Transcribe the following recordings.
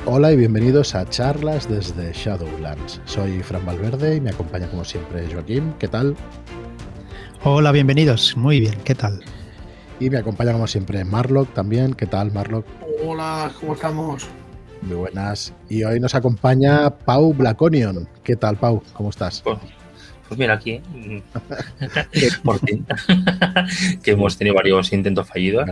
Hola y bienvenidos a charlas desde Shadowlands. Soy Fran Valverde y me acompaña como siempre Joaquín. ¿Qué tal? Hola, bienvenidos. Muy bien, ¿qué tal? Y me acompaña como siempre Marlock también. ¿Qué tal, Marlock? Hola, ¿cómo estamos? Muy buenas. Y hoy nos acompaña Pau Blaconion. ¿Qué tal, Pau? ¿Cómo estás? Pues mira, aquí, por fin, que hemos tenido varios intentos fallidos.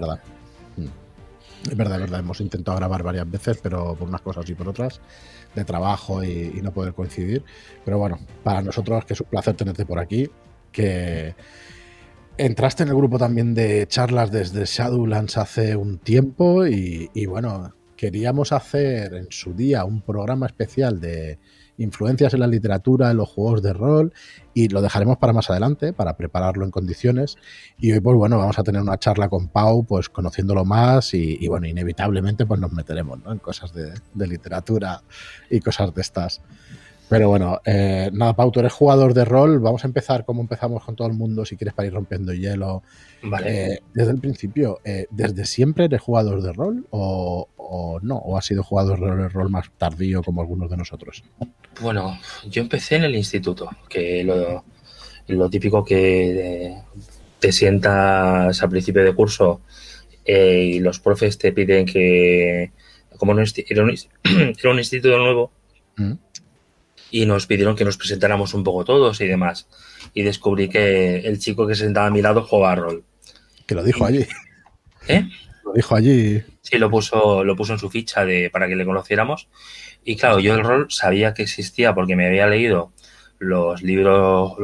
Es verdad. Hemos intentado grabar varias veces, pero por unas cosas y por otras, de trabajo y no poder coincidir. Pero bueno, para nosotros que es un placer tenerte por aquí, que entraste en el grupo también de charlas desde Shadowlands hace un tiempo y bueno, queríamos hacer en su día un programa especial de influencias en la literatura, en los juegos de rol, y lo dejaremos para más adelante, para prepararlo en condiciones. Y hoy, pues bueno, vamos a tener una charla con Pau, pues conociéndolo más y bueno, inevitablemente pues nos meteremos, ¿no?, en cosas de literatura y cosas de estas. Pero bueno, nada, Pau, tú eres jugador de rol. Vamos a empezar como empezamos con todo el mundo, si quieres, para ir rompiendo hielo. Vale. Desde el principio, ¿desde siempre eres jugador de rol o no? ¿O has sido jugador de rol más tardío como algunos de nosotros? Bueno, yo empecé en el instituto, que lo típico que te sientas al principio de curso y los profes te piden que, como era un instituto nuevo, y nos pidieron que nos presentáramos un poco todos y demás. Y descubrí que el chico que se sentaba a mi lado jugaba a rol. Que lo dijo allí. ¿Eh? Lo dijo allí. Sí, lo puso en su ficha para que le conociéramos. Y claro, yo el rol sabía que existía porque me había leído los libros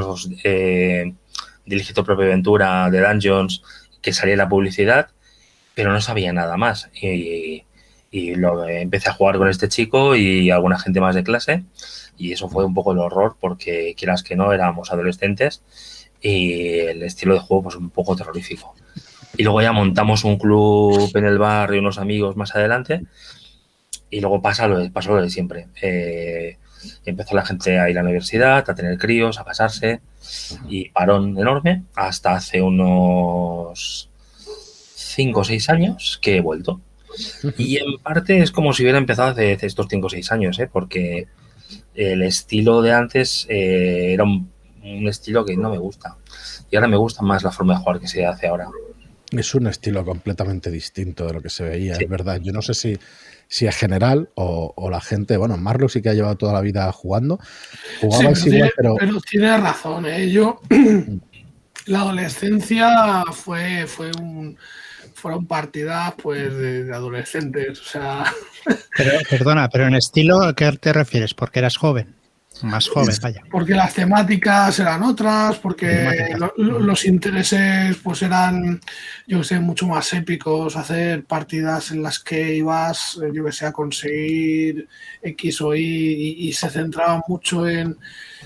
de Ilícito Propia Aventura, de Dungeons, que salía la publicidad, pero no sabía nada más. Y empecé a jugar con este chico y alguna gente más de clase, y eso fue un poco el horror porque, quieras que no, éramos adolescentes y el estilo de juego pues un poco terrorífico. Y luego ya montamos un club en el barrio, unos amigos más adelante, y luego pasó lo de siempre. Empezó la gente a ir a la universidad, a tener críos, a casarse, y parón enorme hasta hace unos 5 o 6 años que he vuelto. Y en parte es como si hubiera empezado hace estos 5 o 6 años, porque el estilo de antes era un estilo que no me gusta. Y ahora me gusta más la forma de jugar que se hace ahora. Es un estilo completamente distinto de lo que se veía, Sí. Es verdad. Yo no sé si es general o la gente, bueno, Marlock sí que ha llevado toda la vida jugando. Jugabais sí, igual, pero tienes razón, Yo, la adolescencia fueron partidas pues de adolescentes, o sea. Pero en estilo, ¿a qué te refieres? Porque eras joven. Más joven, vaya. Porque las temáticas eran otras, porque los intereses pues eran, yo que sé, mucho más épicos, hacer partidas en las que ibas, yo que sé, a conseguir X o Y y se centraba mucho en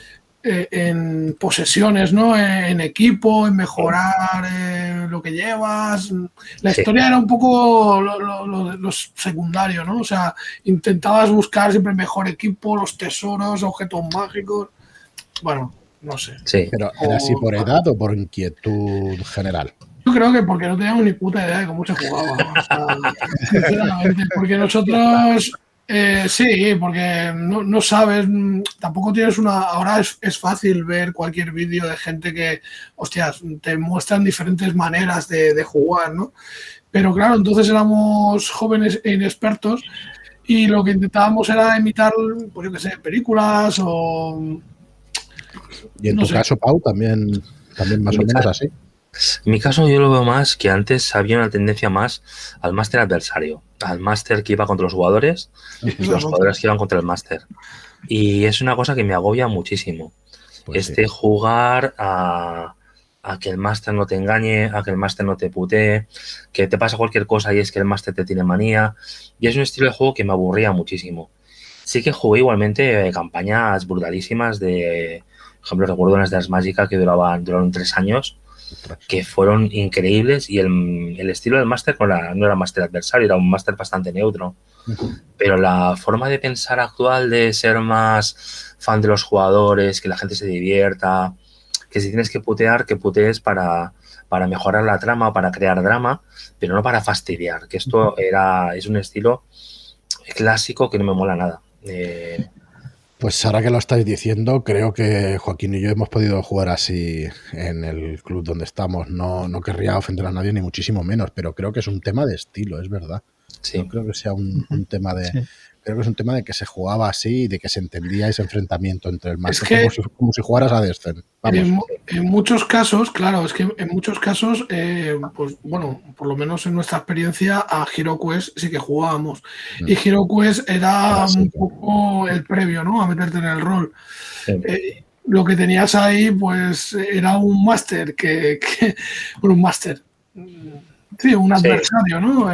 posesiones, ¿no? En equipo, en mejorar lo que llevas. La historia era un poco lo secundario, ¿no? O sea, intentabas buscar siempre el mejor equipo, los tesoros, objetos mágicos. Bueno, no sé. Sí. ¿Pero era así por edad o por inquietud general? Yo creo que porque no teníamos ni puta idea de cómo se jugaba. O sea, sinceramente, porque nosotros... sí, porque no sabes, tampoco tienes ahora es fácil ver cualquier vídeo de gente que, hostias, te muestran diferentes maneras de jugar, ¿no? Pero claro, entonces éramos jóvenes e inexpertos y lo que intentábamos era imitar, pues yo qué sé, películas o... Y en tu caso, Pau, también más o menos así. En mi caso yo lo veo más que antes había una tendencia más al máster adversario, al máster que iba contra los jugadores y los jugadores que iban contra el máster. Y es una cosa que me agobia muchísimo. Pues sí. Jugar a que el máster no te engañe, a que el máster no te putee, que te pasa cualquier cosa y es que el máster te tiene manía. Y es un estilo de juego que me aburría muchísimo. Sí que jugué igualmente campañas brutalísimas de... Por ejemplo, recuerdo unas de las mágicas que duraron 3 años, que fueron increíbles, y el estilo del máster no era máster adversario, era un máster bastante neutro. Pero la forma de pensar actual de ser más fan de los jugadores, que la gente se divierta, que si tienes que putear, que putees para mejorar la trama, para crear drama, pero no para fastidiar, que esto es un estilo clásico que no me mola nada. Pues ahora que lo estáis diciendo, creo que Joaquín y yo hemos podido jugar así en el club donde estamos. No querría ofender a nadie, ni muchísimo menos, pero creo que es un tema de estilo, es verdad. Sí. No creo que sea un tema de... Sí. Creo que es un tema de que se jugaba así y de que se entendía ese enfrentamiento entre el máster, Es que como si jugaras a Descent. Vamos. en muchos casos, claro, es que en muchos casos, pues bueno, por lo menos en nuestra experiencia, a Hero Quest sí que jugábamos. Y Hero Quest era un poco el previo, ¿no? A meterte en el rol. Sí. Lo que tenías ahí, pues era un máster bueno, un máster. Sí, un adversario, ¿no?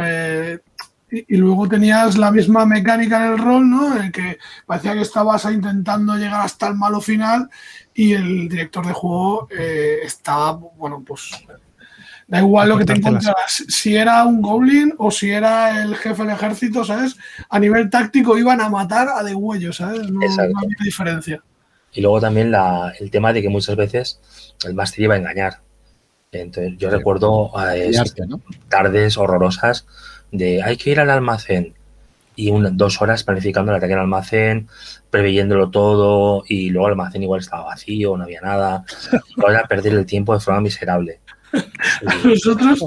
Y luego tenías la misma mecánica en el rol, ¿no? En el que parecía que estabas intentando llegar hasta el malo final y el director de juego estaba, bueno, pues da igual lo que te encontraras. Si era un goblin o si era el jefe del ejército, ¿sabes? A nivel táctico iban a matar a degüello, ¿sabes? No había diferencia. Y luego también el tema de que muchas veces el máster iba a engañar. Entonces yo recuerdo tardes horrorosas de hay que ir al almacén y 2 horas planificando el ataque al almacén, preveyéndolo todo y luego el almacén igual estaba vacío, no había nada. Y ahora perder el tiempo de forma miserable. Nosotros,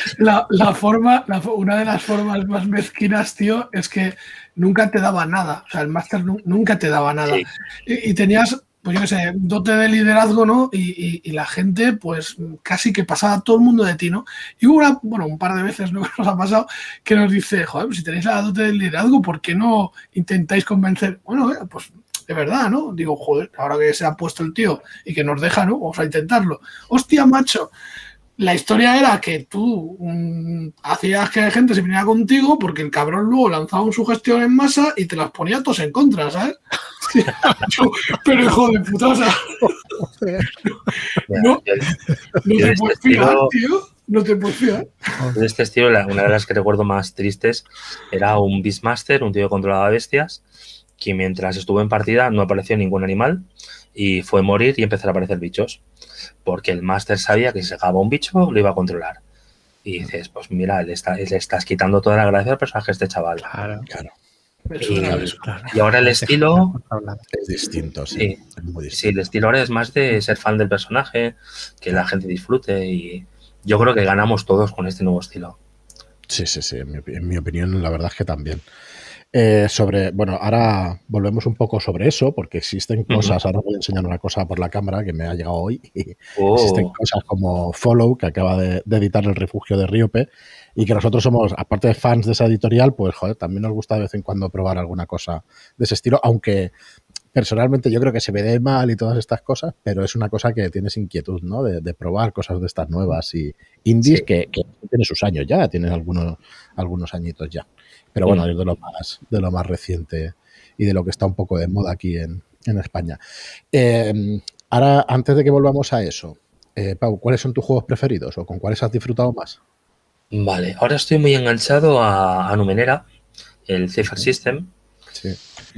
una de las formas más mezquinas, tío, es que nunca te daba nada. O sea, el máster nunca te daba nada. Sí. Y tenías, pues yo qué sé, dote de liderazgo, ¿no? Y la gente, pues casi que pasaba todo el mundo de ti, ¿no? Y hubo un par de veces, ¿no? Que nos ha pasado que nos dice, joder, pues si tenéis la dote de liderazgo, ¿por qué no intentáis convencer? Bueno, pues de verdad, ¿no? Digo, joder, ahora que se ha puesto el tío y que nos deja, ¿no? Vamos a intentarlo. Hostia, macho. La historia era que tú hacías que la gente se viniera contigo porque el cabrón luego lanzaba un sugestión en masa y te las ponía todos en contra, ¿sabes? Pero hijo de puta, o sea, no te puedes fiar, tío. No te puedes fiar. De este estilo, una de las que recuerdo más tristes era un Beastmaster, un tío que controlaba bestias, que mientras estuvo en partida no apareció ningún animal y fue morir y empezar a aparecer bichos. Porque el máster sabía que si sacaba un bicho lo iba a controlar. Y dices, pues mira, le estás quitando toda la gracia al personaje este chaval. Claro. Y ahora el estilo es distinto, sí. Es muy distinto. Sí, el estilo ahora es más de ser fan del personaje, que la gente disfrute y yo creo que ganamos todos con este nuevo estilo. Sí. En mi opinión, la verdad es que también. Bueno, ahora volvemos un poco sobre eso, porque existen cosas, ahora voy a enseñar una cosa por la cámara que me ha llegado hoy, existen cosas como Follow, que acaba de editar El Refugio de Ríope, y que nosotros somos, aparte de fans de esa editorial, pues joder, también nos gusta de vez en cuando probar alguna cosa de ese estilo, aunque personalmente yo creo que se ve de mal y todas estas cosas, pero es una cosa que tienes inquietud, ¿no? De probar cosas de estas nuevas y indies que tienen sus años ya, tienen algunos añitos ya. Pero bueno, es de lo más reciente y de lo que está un poco de moda aquí en España. Ahora, antes de que volvamos a eso, Pau, ¿cuáles son tus juegos preferidos o con cuáles has disfrutado más? Vale, ahora estoy muy enganchado a Numenera, el Cypher System. Sí.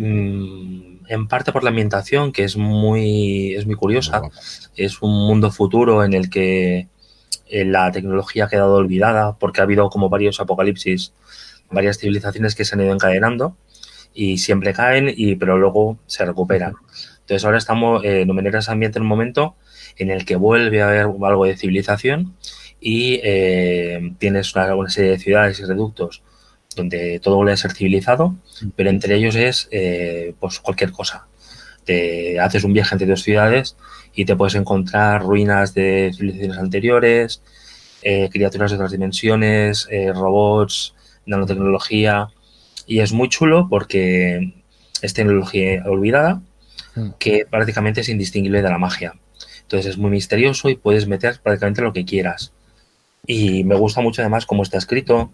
En parte por la ambientación, que es muy curiosa. Es un mundo futuro en el que la tecnología ha quedado olvidada porque ha habido como varios apocalipsis, varias civilizaciones que se han ido encadenando y siempre caen, pero luego se recuperan. Entonces ahora Numenera se ambienta en un momento en el que vuelve a haber algo de civilización y tienes una serie de ciudades y reductos donde todo vuelve a ser civilizado, pero entre ellos es pues cualquier cosa. Te haces un viaje entre 2 ciudades y te puedes encontrar ruinas de civilizaciones anteriores, criaturas de otras dimensiones, robots, nanotecnología, y es muy chulo porque es tecnología olvidada que prácticamente es indistinguible de la magia. Entonces es muy misterioso y puedes meter prácticamente lo que quieras. Y me gusta mucho además cómo está escrito.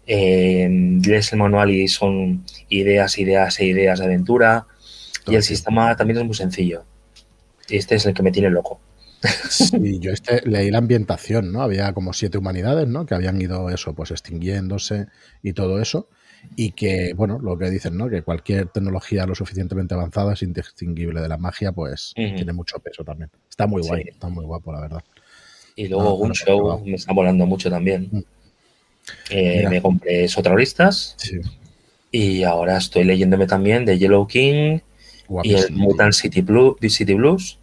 Lees el manual y son ideas de aventura. Y el sistema también es muy sencillo. Este es el que me tiene loco. Sí, yo leí la ambientación, ¿no? Había como 7 humanidades, ¿no? Que habían ido eso, pues extinguiéndose y todo eso. Y que, bueno, lo que dicen, ¿no? Que cualquier tecnología lo suficientemente avanzada es indistinguible de la magia, pues tiene mucho peso también. Está muy guay, está muy guapo, la verdad. Y luego Gunshow me está volando mucho también. Me compré Soterroristas. Sí. Y ahora estoy leyéndome también de Yellow King y el Guapísimo. Mutant City Blues.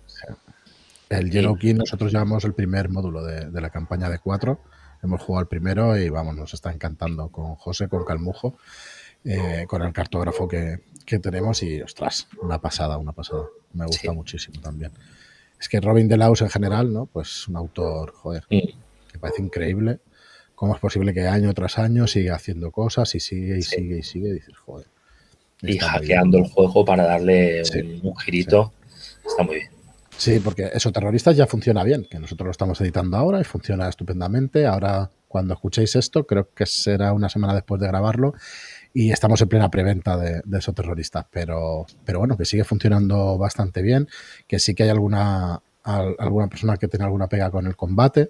El Yellow King, nosotros llevamos el primer módulo de la campaña de 4. Hemos jugado el primero y vamos, nos está encantando con José, con Calmujo, con el cartógrafo que tenemos y, ostras, una pasada, una pasada. Me gusta muchísimo también. Es que Robin Delaus en general, ¿no? Pues un autor, joder, que parece increíble. ¿Cómo es posible que año tras año siga haciendo cosas y sigue y sigue y sigue? Y dices, joder. Y hackeando el juego para darle un girito. Sí. Está muy bien. Sí, porque eso, Terroristas ya funciona bien, que nosotros lo estamos editando ahora y funciona estupendamente. Ahora, cuando escuchéis esto, creo que será una semana después de grabarlo y estamos en plena preventa de esos Terroristas. Pero bueno, que sigue funcionando bastante bien, que sí que hay alguna persona que tiene alguna pega con el combate,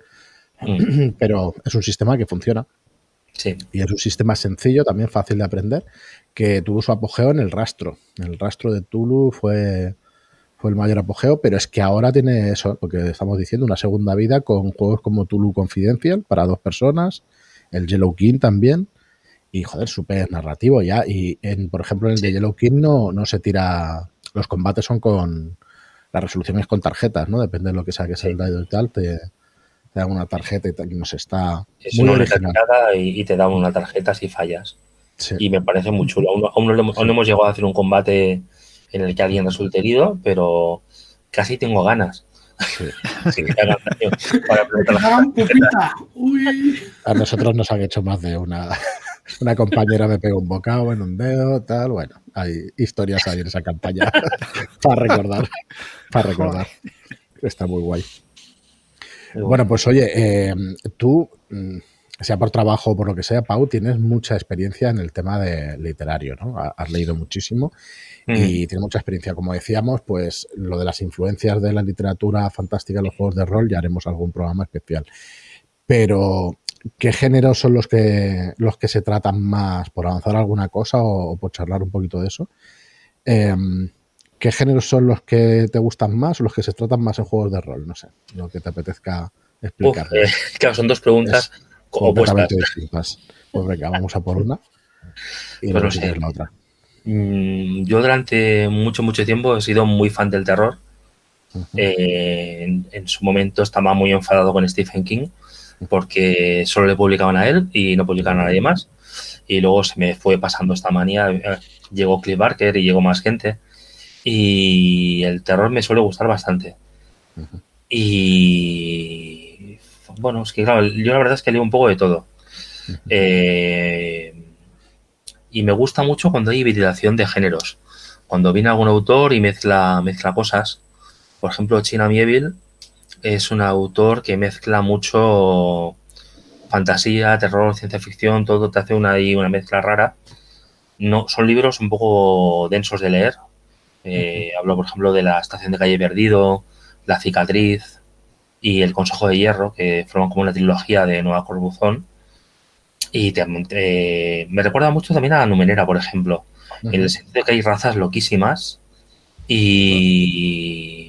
pero es un sistema que funciona. Sí. Y es un sistema sencillo, también fácil de aprender, que tuvo su apogeo en el rastro. El rastro de Tulu fue el mayor apogeo, pero es que ahora tiene eso, lo que estamos diciendo, una segunda vida con juegos como Tulu Confidential para 2 personas, el Yellow King también, y joder, súper narrativo ya. Y por ejemplo, en el de Yellow King no se tira, los combates son con las resoluciones con tarjetas, ¿no? Depende de lo que sea que sea el dado y tal, te dan una tarjeta y tal, y nos está es muy una original. Y te dan una tarjeta si fallas. Sí. Y me parece muy chulo. Aún no hemos llegado a hacer un combate en el que alguien resulte herido, pero casi tengo ganas. Sí. Sí, que hagan daño para que te hagan pupita. Uy. A nosotros nos han hecho más de una. Una compañera me pegó un bocado en un dedo, tal. Bueno, hay historias ahí en esa campaña para recordar. Para recordar. Está muy guay. Bueno, pues oye, tú, sea por trabajo o por lo que sea, Pau, tienes mucha experiencia en el tema de literario, ¿no? Has leído muchísimo y tienes mucha experiencia. Como decíamos, pues lo de las influencias de la literatura fantástica en los juegos de rol, ya haremos algún programa especial. Pero, ¿qué géneros son los que se tratan más, por avanzar alguna cosa o por charlar un poquito de eso? ¿Qué géneros son los que te gustan más o los que se tratan más en juegos de rol? No sé, lo que te apetezca explicar. Claro, son dos preguntas completamente distintas. Pues venga, vamos a por una y luego si tienes la otra. Yo durante mucho tiempo he sido muy fan del terror. En su momento estaba muy enfadado con Stephen King porque solo le publicaban a él y no publicaban a nadie más. Y luego se me fue pasando esta manía. Llegó Cliff Barker y llegó más gente. Y el terror me suele gustar bastante. Y bueno, es que claro, yo la verdad es que leo un poco de todo. Y me gusta mucho cuando hay hibridación de géneros. Cuando viene algún autor y mezcla cosas. Por ejemplo, China Mieville es un autor que mezcla mucho fantasía, terror, ciencia ficción, todo te hace una mezcla rara. No, son libros un poco densos de leer. Hablo, por ejemplo, de La estación de Calle Perdido, La cicatriz y El consejo de hierro, que forman como una trilogía de Nueva Corbuzón. Y me recuerda mucho también a la Numenera, por ejemplo, en el sentido de que hay razas loquísimas y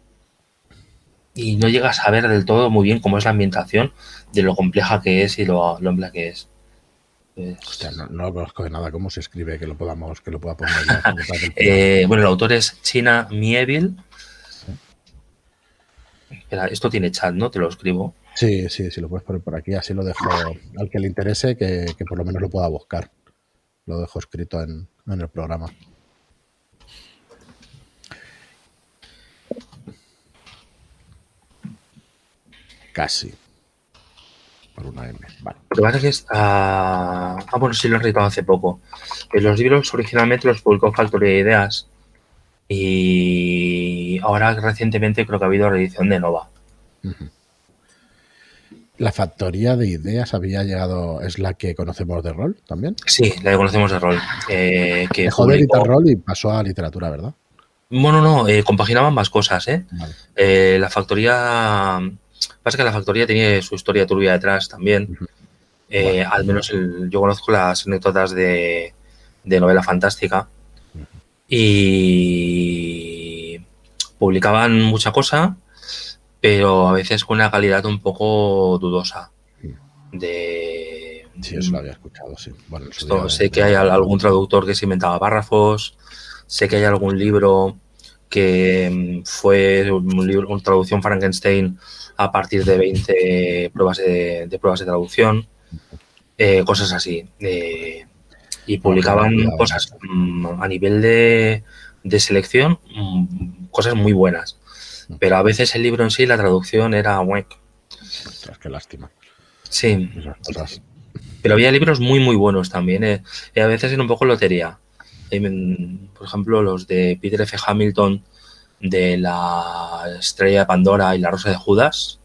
no llegas a ver del todo muy bien cómo es la ambientación, de lo compleja que es y lo amplia que es. Hostia, no conozco de nada cómo se escribe que lo pueda poner. Bueno, el autor es China Mieville. Sí. Espera, esto tiene chat, ¿no? Te lo escribo. Sí, lo puedes poner por aquí, así lo dejo al que le interese, que por lo menos lo pueda buscar. Lo dejo escrito en el programa. Casi. Por una M. Vale. Lo que pasa es que está... bueno, sí lo he editado hace poco. Los libros originalmente los publicó Factoría de Ideas y ahora recientemente creo que ha habido reedición de Nova. ¿La Factoría de Ideas había llegado, es la que conocemos de rol también? Sí, la que conocemos de rol. Que dejó de editar rol y pasó a literatura, ¿verdad? Bueno, no, compaginaban más cosas, ¿eh? Vale. La Factoría... Pasa que la Factoría tenía su historia turbia detrás también. Bueno. Al menos yo conozco las anécdotas de novela fantástica. Y publicaban mucha cosa, pero a veces con una calidad un poco dudosa de Sí, eso lo había escuchado, sí. Bueno, Sé que hay algún traductor que se inventaba párrafos, sé que hay algún libro que fue una traducción Frankenstein a partir de 20 pruebas de traducción, cosas así. Y publicaban cosas a nivel de selección, cosas muy buenas. Pero a veces el libro en sí, la traducción era... Ostras, qué lástima. Sí. Esas cosas. Pero había libros muy, muy buenos también. A veces era un poco lotería. Por ejemplo, los de Peter F. Hamilton, de la Estrella de Pandora y la Rosa de Judas.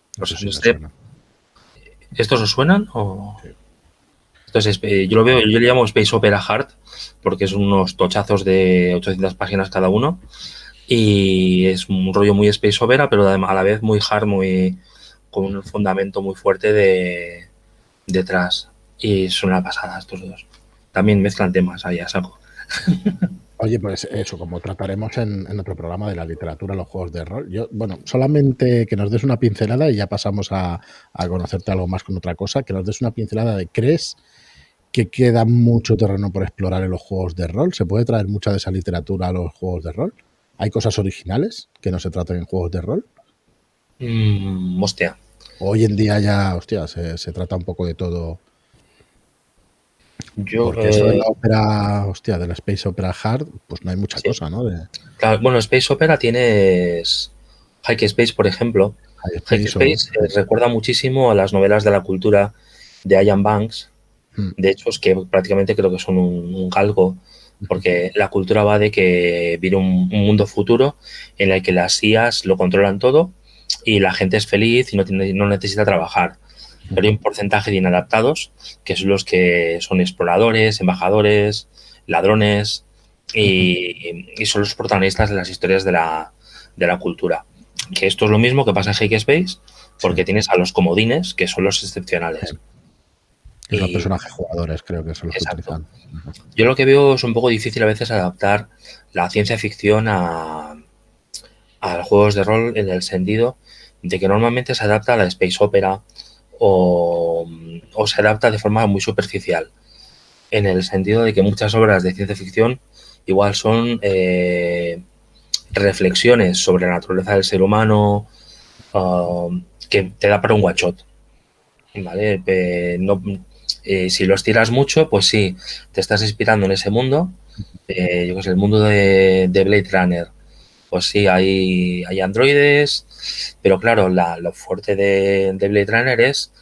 ¿Estos os suenan? Sí. Entonces, yo le llamo Space Opera Hard, porque son unos tochazos de 800 páginas cada uno. Y es un rollo muy Space Opera, pero a la vez muy hard, con un fundamento muy fuerte detrás. Y son una pasada estos dos. También mezclan temas ahí a saco. Oye, pues eso, como trataremos en otro programa de la literatura, los juegos de rol. Yo, bueno, solamente que nos des una pincelada y ya pasamos a conocerte algo más con otra cosa, que nos des una pincelada de ¿crees que queda mucho terreno por explorar en los juegos de rol? ¿Se puede traer mucha de esa literatura a los juegos de rol? ¿Hay cosas originales que no se tratan en juegos de rol? Hostia. Hoy en día ya, hostia, se trata un poco de todo. Porque eso de la ópera, hostia, de la Space Opera Hard, pues no hay mucha cosa, ¿no? Claro, bueno, Space Opera tienes High Space, por ejemplo. High Space recuerda muchísimo a las novelas de la cultura de Ian Banks. De hecho, es que prácticamente creo que son un calco, porque la cultura va de que viene un mundo futuro en el que las IAs lo controlan todo y la gente es feliz y no necesita trabajar. Pero hay un porcentaje de inadaptados, que son los que son exploradores, embajadores, ladrones, y son los protagonistas de las historias de la cultura. Que esto es lo mismo que pasa en Hake Space, porque tienes a los comodines, que son los excepcionales. Y los personajes jugadores, creo que son los que utilizan. Yo lo que veo es un poco difícil a veces adaptar la ciencia ficción a juegos de rol, en el sentido de que normalmente se adapta a la Space Opera o se adapta de forma muy superficial, en el sentido de que muchas obras de ciencia ficción igual son reflexiones sobre la naturaleza del ser humano, que te da para un one shot, ¿vale? Si los tiras mucho, pues sí, te estás inspirando en ese mundo. Yo que sé, el mundo de Blade Runner, pues sí, hay androides, pero claro, lo fuerte de Blade Runner es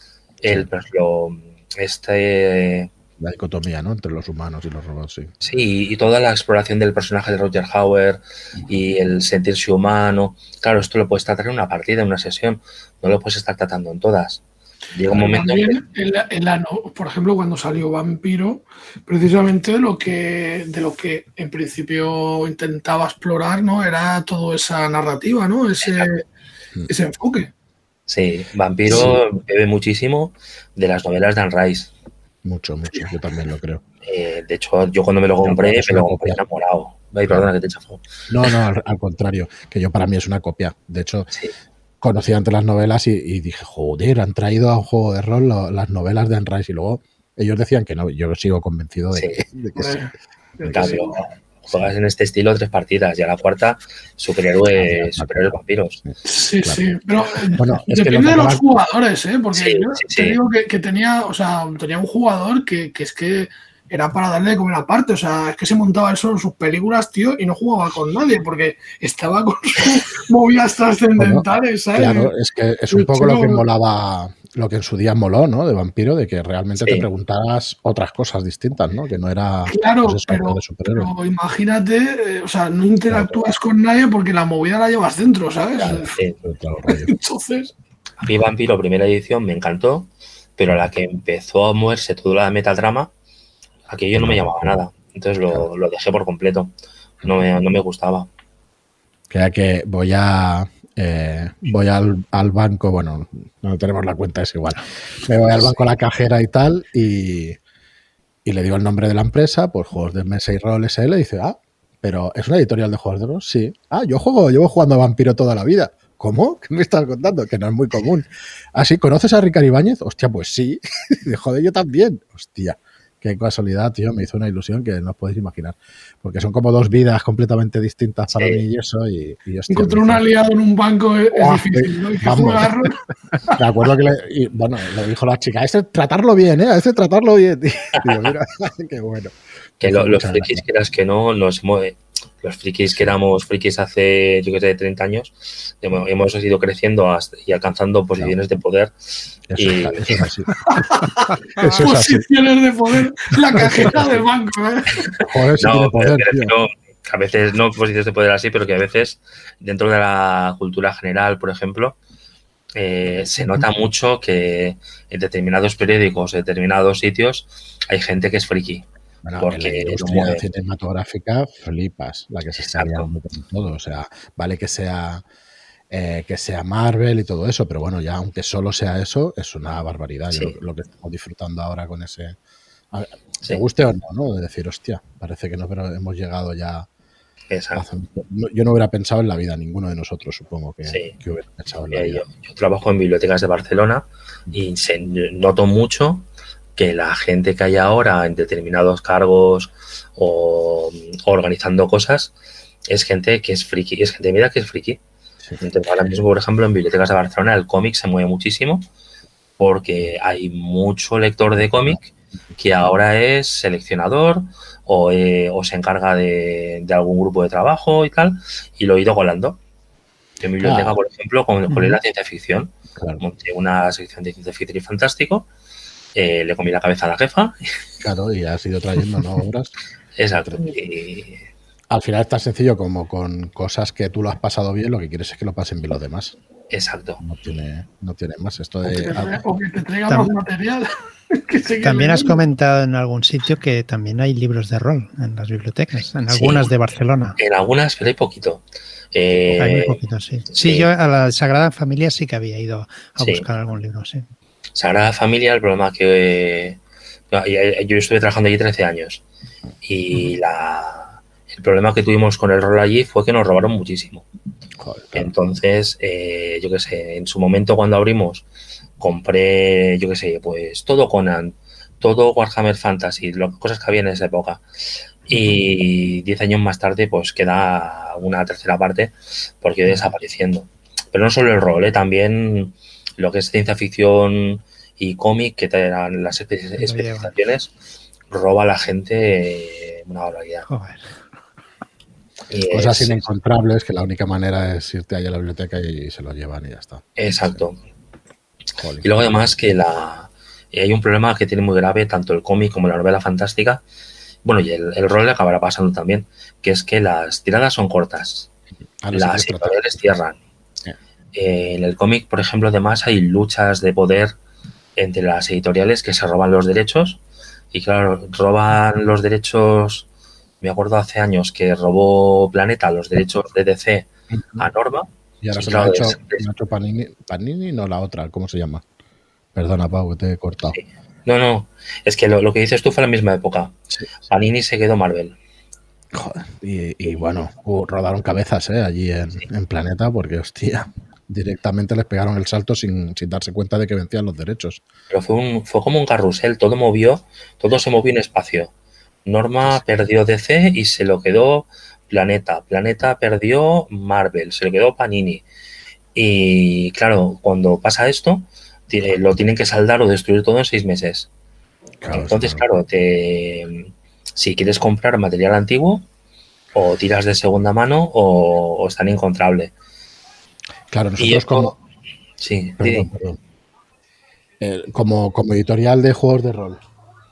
la dicotomía, ¿no?, entre los humanos y los robots, sí. Sí, y toda la exploración del personaje de Roger Hauer y el sentirse humano. Claro, esto lo puedes tratar en una partida, en una sesión, no lo puedes estar tratando en todas. Llega un momento también por ejemplo, cuando salió Vampiro, precisamente de lo que en principio intentaba explorar, ¿no?, era toda esa narrativa, ¿no?, ese enfoque. Sí, Vampiro bebe muchísimo de las novelas de Anne Rice. Mucho, yo también lo creo. De hecho, yo cuando me lo compré, me lo compré enamorado. Ay, perdona, que te he chafado. No, al contrario, que yo para mí es una copia. De hecho, conocí antes las novelas y dije, joder, han traído a un juego de rol las novelas de Anne Rice, y luego ellos decían que no. Yo sigo convencido de que sí. En cambio, juegas en este estilo 3 partidas y a la cuarta superhéroes vampiros. Sí, claro. Sí, pero bueno, depende de los jugadores, porque yo te digo que tenía un jugador que es que era para darle de comer aparte, es que se montaba él solo en sus películas, tío, y no jugaba con nadie, porque estaba con sus movidas trascendentales, ¿sabes? Claro, es que es un poco lo que molaba, lo que en su día moló, ¿no?, de Vampiro, de que realmente te preguntaras otras cosas distintas, ¿no?, que no era... Claro, pues eso, pero imagínate, no interactúas con nadie porque la movida la llevas dentro, ¿sabes? Claro, entonces... A mí Vampiro, primera edición, me encantó, pero a la que empezó a moverse toda la metatrama, aquello no me llamaba nada. Entonces lo dejé por completo. No me gustaba. Que voy al banco, bueno, no tenemos la cuenta, es igual. Me voy al banco a la cajera y tal, y le digo el nombre de la empresa, pues Juegos de Mesa y Rol SL, y dice, pero ¿es una editorial de juegos de rol? Sí. Llevo jugando a Vampiro toda la vida. ¿cómo? ¿Qué me estás contando? Que no es muy común. Ah, sí, ¿conoces a Ricard Ibáñez? Hostia, pues sí. Joder, yo también. Hostia, qué casualidad, tío. Me hizo una ilusión que no os podéis imaginar. Porque son como dos vidas completamente distintas para mí y eso. Y hostia, encontrar un aliado en un banco es difícil, ¿no? Hay que vamos. jugarlo. Me acuerdo que le dijo la chica, tratarlo bien, ¿eh? Tratarlo bien. Y digo, mira, qué bueno. Que los frikis, quieras que no, los frikis que éramos frikis hace, yo que sé, 30 años, hemos ido creciendo y alcanzando posiciones de poder. Eso es así. Eso es así. Posiciones de poder, la cajeta del banco, ¿eh? Joder, si tiene poder, tío. No, a veces no posiciones de poder así, pero que a veces dentro de la cultura general, por ejemplo, se nota mucho que en determinados periódicos, en determinados sitios, hay gente que es friki. Bueno, porque en la industria cinematográfica flipas la que se está liando con todo. O sea, vale que sea Marvel y todo eso, pero bueno, ya aunque solo sea eso, es una barbaridad. Sí. Lo que estamos disfrutando ahora con ese... A ver, sí. te guste o no, ¿no? De decir, hostia, parece que no, pero hemos llegado ya... Exacto. Yo no hubiera pensado en la vida, ninguno de nosotros supongo que hubiera pensado en la vida. Yo trabajo en bibliotecas de Barcelona y noto mucho que la gente que hay ahora en determinados cargos o organizando cosas es gente que es friki, es gente mira que es friki. Sí. Entonces, ahora mismo, por ejemplo, en bibliotecas de Barcelona el cómic se mueve muchísimo porque hay mucho lector de cómic que ahora es seleccionador o se encarga de algún grupo de trabajo y tal, y lo he ido colando. En mi biblioteca, por ejemplo, con la ciencia ficción, monté una sección de ciencia ficción y fantástico, le comí la cabeza a la jefa. Claro, y has ido trayendo, ¿no? Obras. Exacto. Y... Al final es tan sencillo como con cosas que tú lo has pasado bien, lo que quieres es que lo pasen bien los demás. Exacto. No tiene más esto de... O que te traiga más material. También has comentado en algún sitio que también hay libros de rol en las bibliotecas, en algunas de Barcelona. En algunas, pero hay poquito. Hay muy poquito, sí. Sí, yo a la Sagrada Familia sí que había ido a buscar algún libro, sí. Sagrada Familia, el problema que... yo estuve trabajando allí 13 años y el problema que tuvimos con el rol allí fue que nos robaron muchísimo. Joder, claro. Entonces, yo qué sé, en su momento cuando abrimos compré, yo qué sé, pues todo Conan, todo Warhammer Fantasy, cosas que había en esa época. Y 10 años más tarde, pues queda una tercera parte porque iba desapareciendo. Pero no solo el rol, también lo que es ciencia ficción y cómic, que eran las especializaciones, roba a la gente una barbaridad. Joder. Cosas inencontrables que la única manera es irte ahí a la biblioteca y se lo llevan y ya está. Exacto. Y luego además que hay un problema que tiene muy grave tanto el cómic como la novela fantástica, bueno, y el rol le acabará pasando también, que es que las tiradas son cortas, las editoriales cierran. En el cómic, por ejemplo, además hay luchas de poder entre las editoriales que se roban los derechos y claro, roban los derechos. Me acuerdo hace años que robó Planeta los derechos de DC a Norma. Y ahora se lo ha hecho Panini, no la otra, ¿cómo se llama? Perdona, Pau, que te he cortado. Sí. No, es que lo que dices tú fue en la misma época. Sí. Panini se quedó Marvel. Joder, y bueno, rodaron cabezas allí en Planeta porque, hostia, directamente les pegaron el salto sin darse cuenta de que vencían los derechos. Pero fue como un carrusel, todo se movió en espacio. Norma perdió DC y se lo quedó Planeta. Planeta perdió Marvel, se lo quedó Panini. Y claro, cuando pasa esto, lo tienen que saldar o destruir todo en 6 meses. Claro, entonces, claro, si quieres comprar material antiguo, o tiras de segunda mano o está inencontrable. Claro, nosotros Sí, perdón. Como editorial de juegos de rol,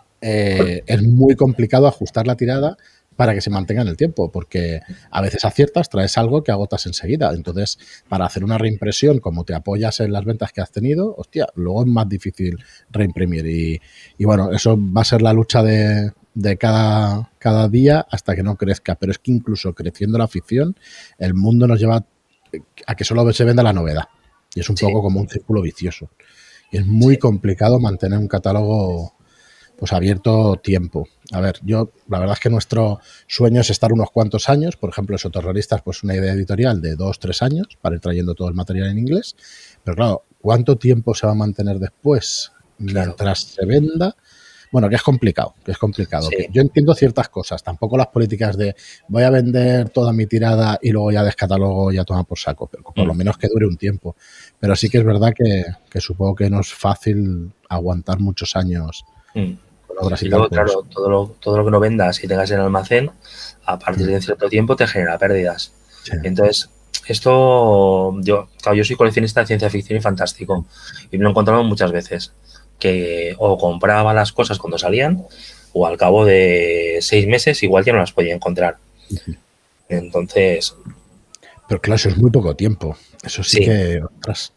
es muy complicado ajustar la tirada para que se mantenga en el tiempo, porque a veces aciertas, traes algo que agotas enseguida. Entonces, para hacer una reimpresión, como te apoyas en las ventas que has tenido, hostia, luego es más difícil reimprimir. Y bueno, eso va a ser la lucha de cada día hasta que no crezca. Pero es que incluso creciendo la afición, el mundo nos lleva a que solo se venda la novedad. Y es un poco como un círculo vicioso. Y es muy complicado mantener un catálogo pues abierto tiempo. A ver, la verdad es que nuestro sueño es estar unos cuantos años, por ejemplo, Esoterroristas, pues una idea editorial de 2-3 años para ir trayendo todo el material en inglés, pero claro, ¿cuánto tiempo se va a mantener después mientras se venda? Bueno, que es complicado. Sí. Que yo entiendo ciertas cosas, tampoco las políticas de voy a vender toda mi tirada y luego ya descatálogo y ya toma por saco, pero por lo menos que dure un tiempo. Pero sí que es verdad que supongo que no es fácil aguantar muchos años con obras y luego, claro, todo lo que no vendas y tengas en almacén, a partir de cierto tiempo te genera pérdidas. Sí. Entonces, esto, yo soy coleccionista de ciencia ficción y fantástico y me lo he encontrado muchas veces, que o compraba las cosas cuando salían o al cabo de 6 meses igual ya no las podía encontrar. Entonces... Pero claro, eso es muy poco tiempo. Eso sí que... Ostras,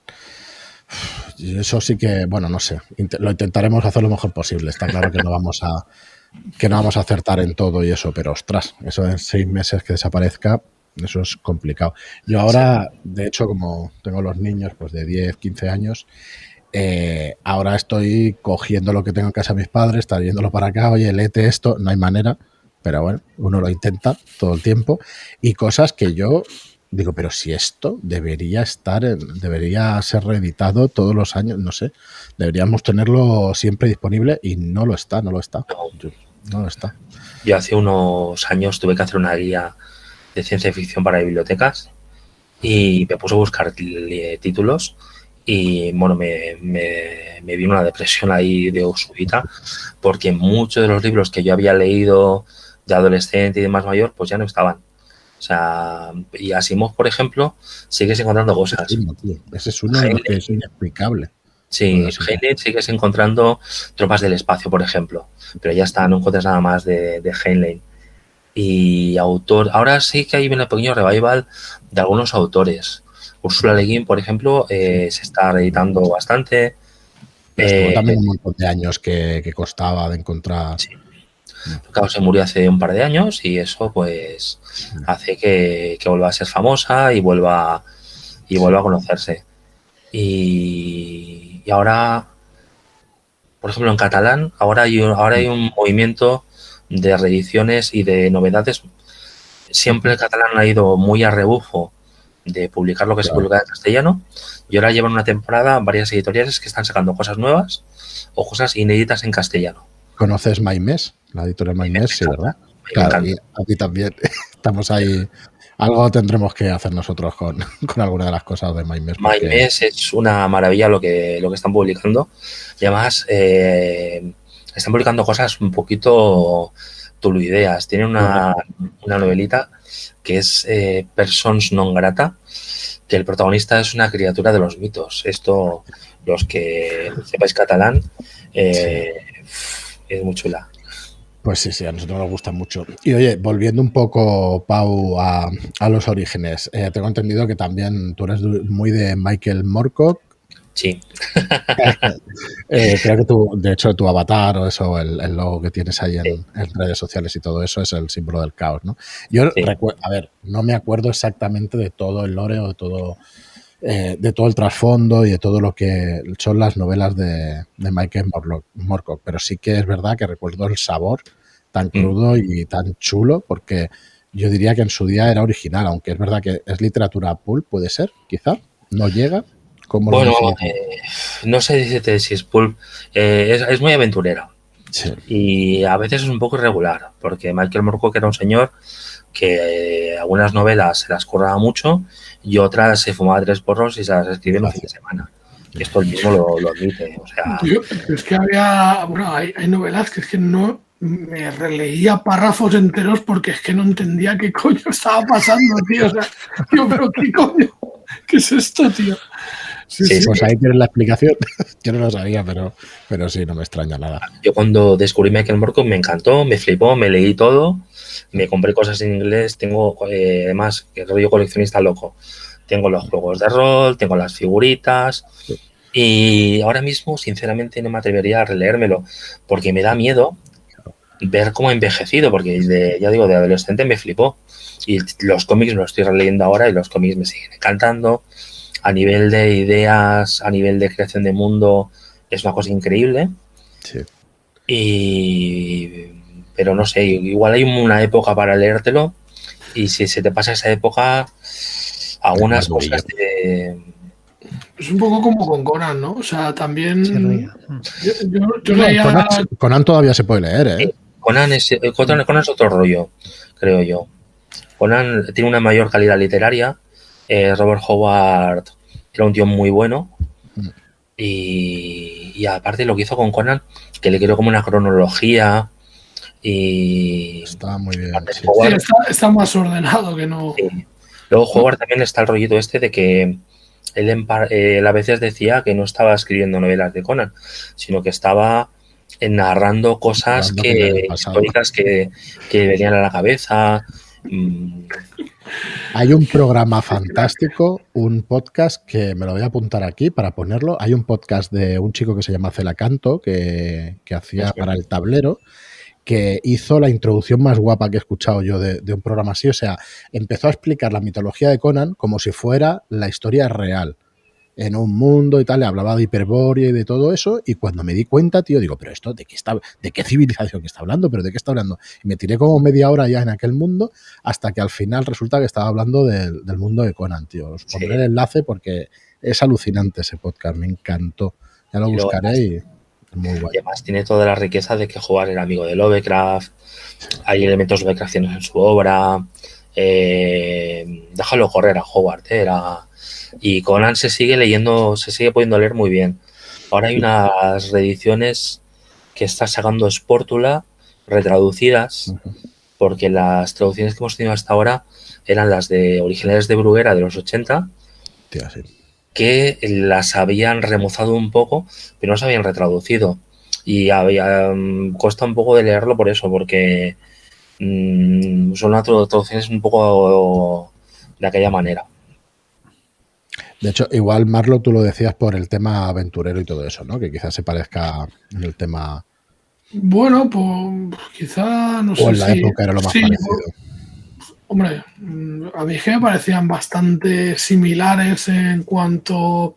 eso sí que, bueno, no sé. Lo intentaremos hacer lo mejor posible. Está claro que no vamos a acertar en todo y eso, pero ostras, eso en 6 meses que desaparezca, eso es complicado. Yo ahora, de hecho, como tengo los niños pues de 10, 15 años, ahora estoy cogiendo lo que tengo en casa de mis padres, trayéndolo para acá, oye, léete esto, no hay manera, pero bueno, uno lo intenta todo el tiempo, y cosas que yo digo, pero si esto debería ser reeditado todos los años, no sé, deberíamos tenerlo siempre disponible y no lo está. No lo está. Yo hace unos años tuve que hacer una guía de ciencia ficción para bibliotecas y me puse a buscar títulos y bueno, me vino una depresión ahí de súbita, porque muchos de los libros que yo había leído de adolescente y de más mayor pues ya no estaban. O sea, y Asimov, por ejemplo, sigues encontrando cosas. Ese es uno de los que es inexplicable. Sí, Heinlein sigues encontrando Tropas del Espacio, por ejemplo, pero ya está, no encuentras nada más de Heinlein. Y ahora sí que hay un pequeño revival de algunos autores. Ursula Le Guin, por ejemplo, se está reeditando bastante. Estuvo también un montón de años que costaba de encontrar. Sí. Claro, se murió hace un par de años y eso pues hace que vuelva a ser famosa y vuelva a conocerse. Y ahora, por ejemplo, en catalán, ahora hay un movimiento de reediciones y de novedades. Siempre el catalán ha ido muy a rebufo de publicar lo que se publica en castellano, y ahora llevan una temporada varias editoriales que están sacando cosas nuevas o cosas inéditas en castellano. ¿Conoces Maimés? La editorial Maimés, sí, ¿verdad? Claro, y a ti también. Estamos ahí. Algo tendremos que hacer nosotros con alguna de las cosas de Maimés. Maimés es una maravilla lo que están publicando. Y además, están publicando cosas un poquito tuluideas. Tiene una novelita que es Persons non grata, que el protagonista es una criatura de los mitos. Esto, los que sepáis catalán, es muy chula. Pues sí, a nosotros nos gusta mucho. Y oye, volviendo un poco, Pau, a los orígenes, tengo entendido que también tú eres muy de Michael Moorcock. Sí. Creo que de hecho, tu avatar o eso, el logo que tienes ahí en redes sociales y todo eso es el símbolo del caos, ¿no? Yo recuerdo, a ver, no me acuerdo exactamente de todo el lore o de todo el trasfondo y de todo lo que son las novelas de Michael Moorcock, pero sí que es verdad que recuerdo el sabor tan crudo y tan chulo, porque yo diría que en su día era original, aunque es verdad que es literatura pulp, puede ser, quizá, no llega. Bueno, no sé si es pulp, es muy aventurera. Sí. Y a veces es un poco irregular, porque Michael Moorcock era un señor que algunas novelas se las curraba mucho y otras se fumaba 3 porros y se las escribía en un fin de semana. Y esto él mismo lo admite. O sea... Es que hay novelas que es que no me releía párrafos enteros porque es que no entendía qué coño estaba pasando, tío. O sea, tío, pero qué coño, ¿qué es esto, tío? Sí, pues ahí tienes la explicación. Yo no lo sabía, pero sí, no me extraña nada. Yo cuando descubrí Michael Moorcock me encantó, me flipó, me leí todo, me compré cosas en inglés, tengo además, que rollo coleccionista loco, tengo los juegos de rol, tengo las figuritas y ahora mismo sinceramente no me atrevería a releérmelo porque me da miedo ver cómo ha envejecido, porque ya digo, de adolescente me flipó y los cómics me los estoy releyendo ahora y los cómics me siguen encantando. A nivel de ideas, a nivel de creación de mundo, es una cosa increíble. Sí. Pero no sé, igual hay una época para leértelo y si se te pasa esa época, algunas cosas Es un poco como con Conan, ¿no? O sea, también... Yo No, leía... Conan todavía se puede leer, ¿eh? Conan es otro rollo, creo yo. Conan tiene una mayor calidad literaria. Robert Howard era un tío muy bueno. Y aparte lo que hizo con Conan, que le creó como una cronología y... Está muy bien. Sí. Howard, sí, está más ordenado que no... Sí. Luego Howard también está el rollito este de que él a veces decía que no estaba escribiendo novelas de Conan, sino que estaba narrando cosas históricas que venían a la cabeza. Hay un programa fantástico, un podcast que me lo voy a apuntar aquí para ponerlo. Hay un podcast de un chico que se llama Celacanto que hacía para el tablero, que hizo la introducción más guapa que he escuchado yo de un programa así. O sea, empezó a explicar la mitología de Conan como si fuera la historia real, en un mundo y tal, le hablaba de Hiperbórea y de todo eso, y cuando me di cuenta, tío, digo, pero esto, ¿de qué civilización está hablando? ¿Pero de qué está hablando? Y me tiré como media hora ya en aquel mundo, hasta que al final resulta que estaba hablando del mundo de Conan, tío. Os pondré el enlace porque es alucinante ese podcast, me encantó. Ya lo buscaré y es muy guay. Y además tiene toda la riqueza de que Howard era amigo de Lovecraft, hay elementos Lovecraftianos en su obra, déjalo correr a Howard, y Conan se sigue leyendo, se sigue pudiendo leer muy bien. Ahora hay unas reediciones que está sacando Spórtula, retraducidas, porque las traducciones que hemos tenido hasta ahora eran las de originales de Bruguera de los 80, Tío, sí, que las habían remozado un poco, pero no se habían retraducido. Y cuesta un poco de leerlo por eso, porque son unas traducciones un poco de aquella manera. De hecho, igual, Marlo, tú lo decías por el tema aventurero y todo eso, ¿no? Que quizás se parezca en el tema... Bueno, pues quizá, no sé si... O en la época era lo más parecido. Hombre, a mí que me parecían bastante similares en cuanto,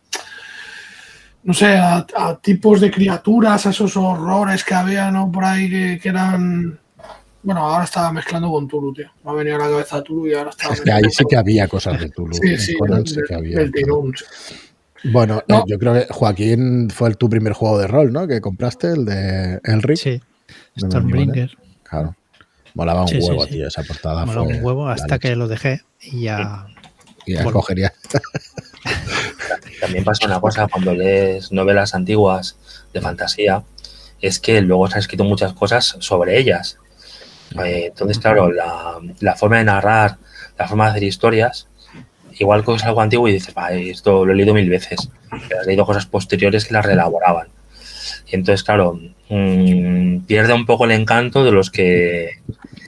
no sé, a tipos de criaturas, a esos horrores que había, ¿no? Por ahí que eran... Bueno, ahora estaba mezclando con Tulu, tío. Me ha venido a la cabeza Tulu y ahora estaba... Es que ahí sí que había cosas de Tulu. Sí, Conan sí que había. Del tirón. Bueno, no. Yo creo que Joaquín fue tu primer juego de rol, ¿no? Que compraste, el de Elric. Sí, Stormbringer. Claro. Molaba un huevo, tío, esa portada. Molaba un huevo hasta que lo dejé y ya... Y ya escogería. También pasa una cosa cuando lees novelas antiguas de fantasía, es que luego se han escrito muchas cosas sobre ellas. Entonces, claro, la forma de narrar, la forma de hacer historias, igual que es algo antiguo y dices, esto lo he leído 1000 veces, pero has leído cosas posteriores que las reelaboraban. Y entonces, claro, pierde un poco el encanto de los que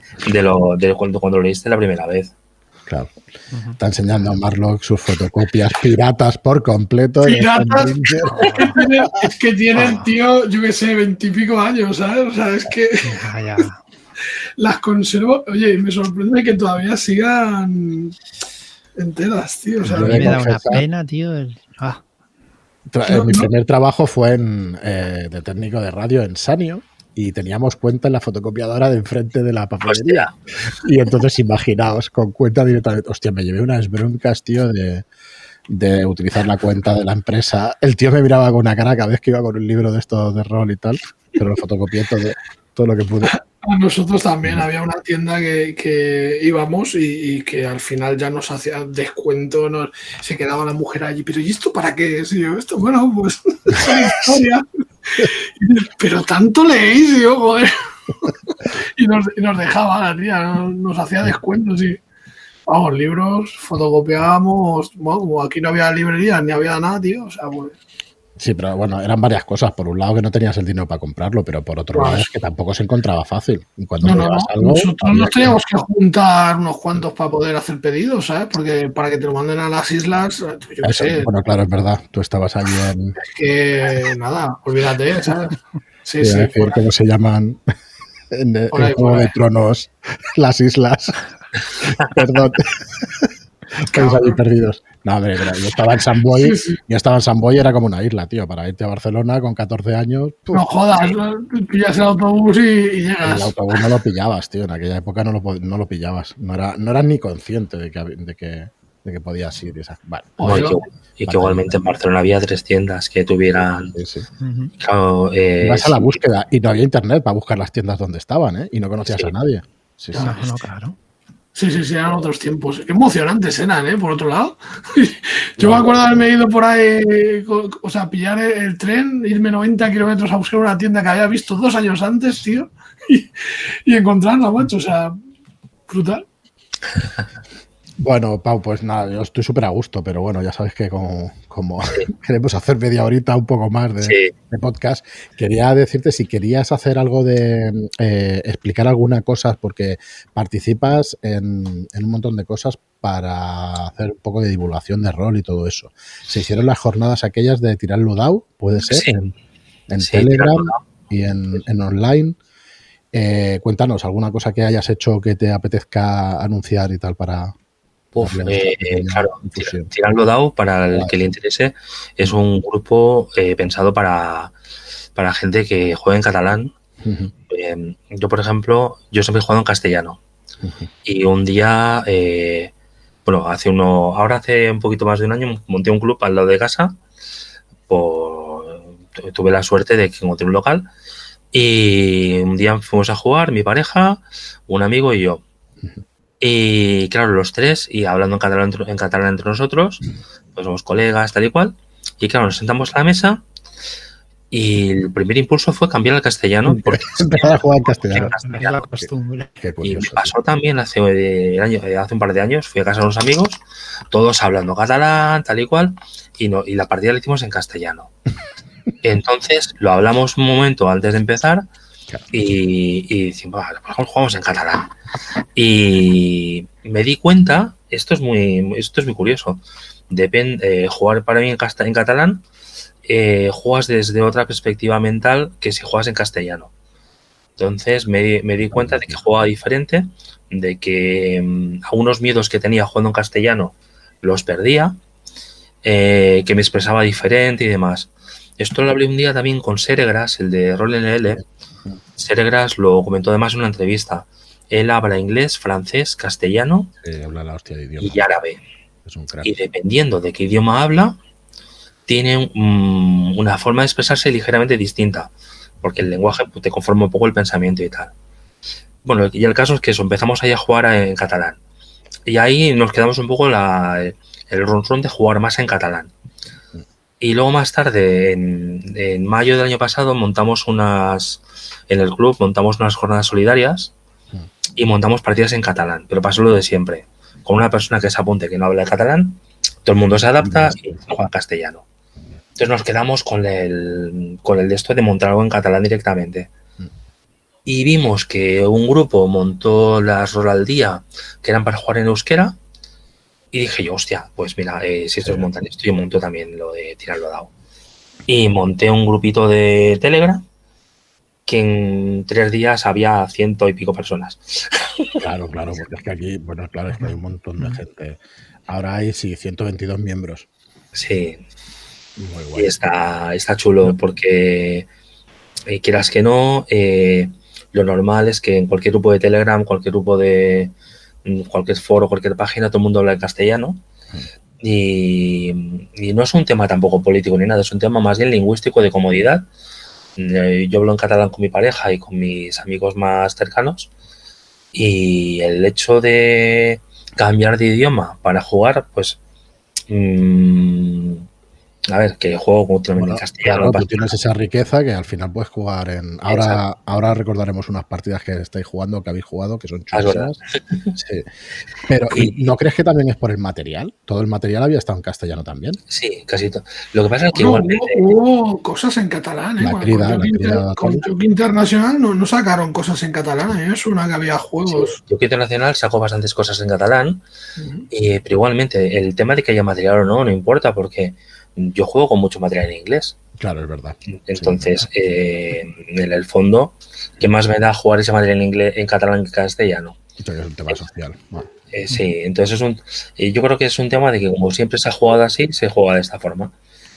cuando lo leíste la primera vez. Claro. Está enseñando a Marlock sus fotocopias piratas por completo. ¿Piratas? Es que tienen, tío, yo qué sé, 20 y pico años, ¿sabes? O sea, es que... Ya. Las conservo. Oye, me sorprende que todavía sigan enteras, tío. O sea, a mí me da una pena, tío. Mi primer trabajo fue de técnico de radio en Sanio y teníamos cuenta en la fotocopiadora de enfrente de la papelería. Y entonces, imaginaos, con cuenta directamente. Hostia, me llevé unas broncas, tío, de utilizar la cuenta de la empresa. El tío me miraba con una cara cada vez que iba con un libro de estos de rol y tal, pero lo fotocopié todo lo que pude. A nosotros también había una tienda que íbamos y que al final ya nos hacía descuento, se quedaba la mujer allí, pero ¿y esto para qué es? Y yo, esto, bueno, pues es una historia. Pero tanto leéis, y yo, joder. Y nos dejaba la tía, nos hacía descuentos y vamos, libros, fotocopiábamos, bueno, como aquí no había librerías ni había nada, tío, o sea, pues... Sí, pero bueno, eran varias cosas. Por un lado que no tenías el dinero para comprarlo, pero por otro lado es que tampoco se encontraba fácil. Y cuando algo, nosotros nos teníamos que juntar unos cuantos para poder hacer pedidos, ¿sabes? Porque para que te lo manden a las islas, yo qué sé. Bueno, claro, es verdad. Tú estabas allí en... Es que, nada, olvídate, ¿sabes? Sí. Decir cómo se llaman en Juego de Tronos las islas. Perdón. Estamos allí perdidos. No, hombre, pero yo estaba en San Boi, y era como una isla, tío, para irte a Barcelona con 14 años. No jodas, pillas el autobús y llegas. El autobús no lo pillabas, tío, en aquella época no lo pillabas. No eras ni consciente de que podías ir. Vale. Y que igualmente en Barcelona había 3 tiendas que tuvieran... Sí. Claro, vas a la búsqueda y no había internet para buscar las tiendas donde estaban, ¿eh? Y no conocías a nadie. Sí. Claro. Sí, eran otros tiempos. Qué emocionantes eran, por otro lado. Yo me acuerdo de haberme ido por ahí, o sea, pillar el tren, irme 90 kilómetros a buscar una tienda que había visto 2 años antes, tío, y encontrarla, macho, o sea, brutal. Bueno, Pau, pues nada, yo estoy súper a gusto, pero bueno, ya sabes que como queremos hacer media horita un poco más de podcast, quería decirte si querías hacer algo de explicar alguna cosa, porque participas en un montón de cosas para hacer un poco de divulgación de rol y todo eso. Se hicieron las jornadas aquellas de tirar Ludau, puede ser, en Telegram y en online. Cuéntanos, alguna cosa que hayas hecho que te apetezca anunciar y tal para... claro, Tirando Dao, para el que le interese, es un grupo pensado para gente que juega en catalán. Yo, por ejemplo, siempre he jugado en castellano. Y un día, hace un poquito más de un año, monté un club al lado de casa. Tuve la suerte de que encontré un local. Y un día fuimos a jugar, mi pareja, un amigo y yo. Y claro, los 3, y hablando en catalán entre nosotros, pues somos colegas, tal y cual. Y claro, nos sentamos a la mesa y el primer impulso fue cambiar al castellano. Porque empezar a jugar en castellano. La costumbre. Y me pasó también hace un par de años, fui a casa de unos amigos, todos hablando catalán, tal y cual, y la partida la hicimos en castellano. Entonces lo hablamos un momento antes de empezar. Y decimos, pues jugamos en catalán. Y me di cuenta, esto es muy curioso. Jugar para mí en catalán, juegas desde otra perspectiva mental que si juegas en castellano. Entonces me di cuenta de que jugaba diferente, de que algunos miedos que tenía jugando en castellano los perdía, que me expresaba diferente y demás. Esto lo hablé un día también con Seregras, el de Rol NL. Seregras lo comentó además en una entrevista. Él habla inglés, francés, castellano habla la hostia de idiomas. Y árabe. Es un crack. Y dependiendo de qué idioma habla, tiene una forma de expresarse ligeramente distinta, porque el lenguaje te conforma un poco el pensamiento y tal. Bueno, y el caso es que empezamos ahí a jugar en catalán. Y ahí nos quedamos un poco el ronron de jugar más en catalán. Y luego más tarde, en mayo del año pasado, en el club montamos unas jornadas solidarias y montamos partidas en catalán, pero pasó lo de siempre. Con una persona que se apunte que no habla catalán, todo el mundo se adapta y juega en castellano. Entonces nos quedamos con el de esto de montar algo en catalán directamente. Y vimos que un grupo montó las Rol al día, que eran para jugar en euskera. Y dije yo, hostia, pues mira, si estos montan esto, yo monto también lo de tirarlo dado. Y monté un grupito de Telegram que en 3 días había 100 y pico personas. Claro, porque es que aquí, es que hay un montón de gente. Ahora hay, 122 miembros. Sí. Muy guay. Y está chulo porque, quieras que no, lo normal es que en cualquier grupo de Telegram, cualquier foro, cualquier página, todo el mundo habla en castellano. Y no es un tema tampoco político ni nada, es un tema más bien lingüístico de comodidad. Yo hablo en catalán con mi pareja y con mis amigos más cercanos, y el hecho de cambiar de idioma para jugar, pues a ver, que juego continuamente en castellano. Claro, tú tienes esa riqueza que al final puedes jugar en... Ahora recordaremos unas partidas que estáis jugando, que habéis jugado, que son chulísimas. Sí. Pero, ¿y no crees que también es por el material? Todo el material había estado en castellano también. Sí, casi todo. Lo que pasa es que igualmente... Hubo cosas en catalán, ¿eh? Con Joc Internacional no sacaron cosas en catalán, ¿eh? Es una que había juegos. Sí, Joc Internacional sacó bastantes cosas en catalán, pero igualmente el tema de que haya material o no importa, porque yo juego con mucho material en inglés. Claro, es verdad. Entonces, en el fondo, ¿qué más me da jugar ese material en catalán que en castellano? Es un tema social. Bueno. Sí, entonces yo creo que es un tema de que como siempre se ha jugado así, se juega de esta forma.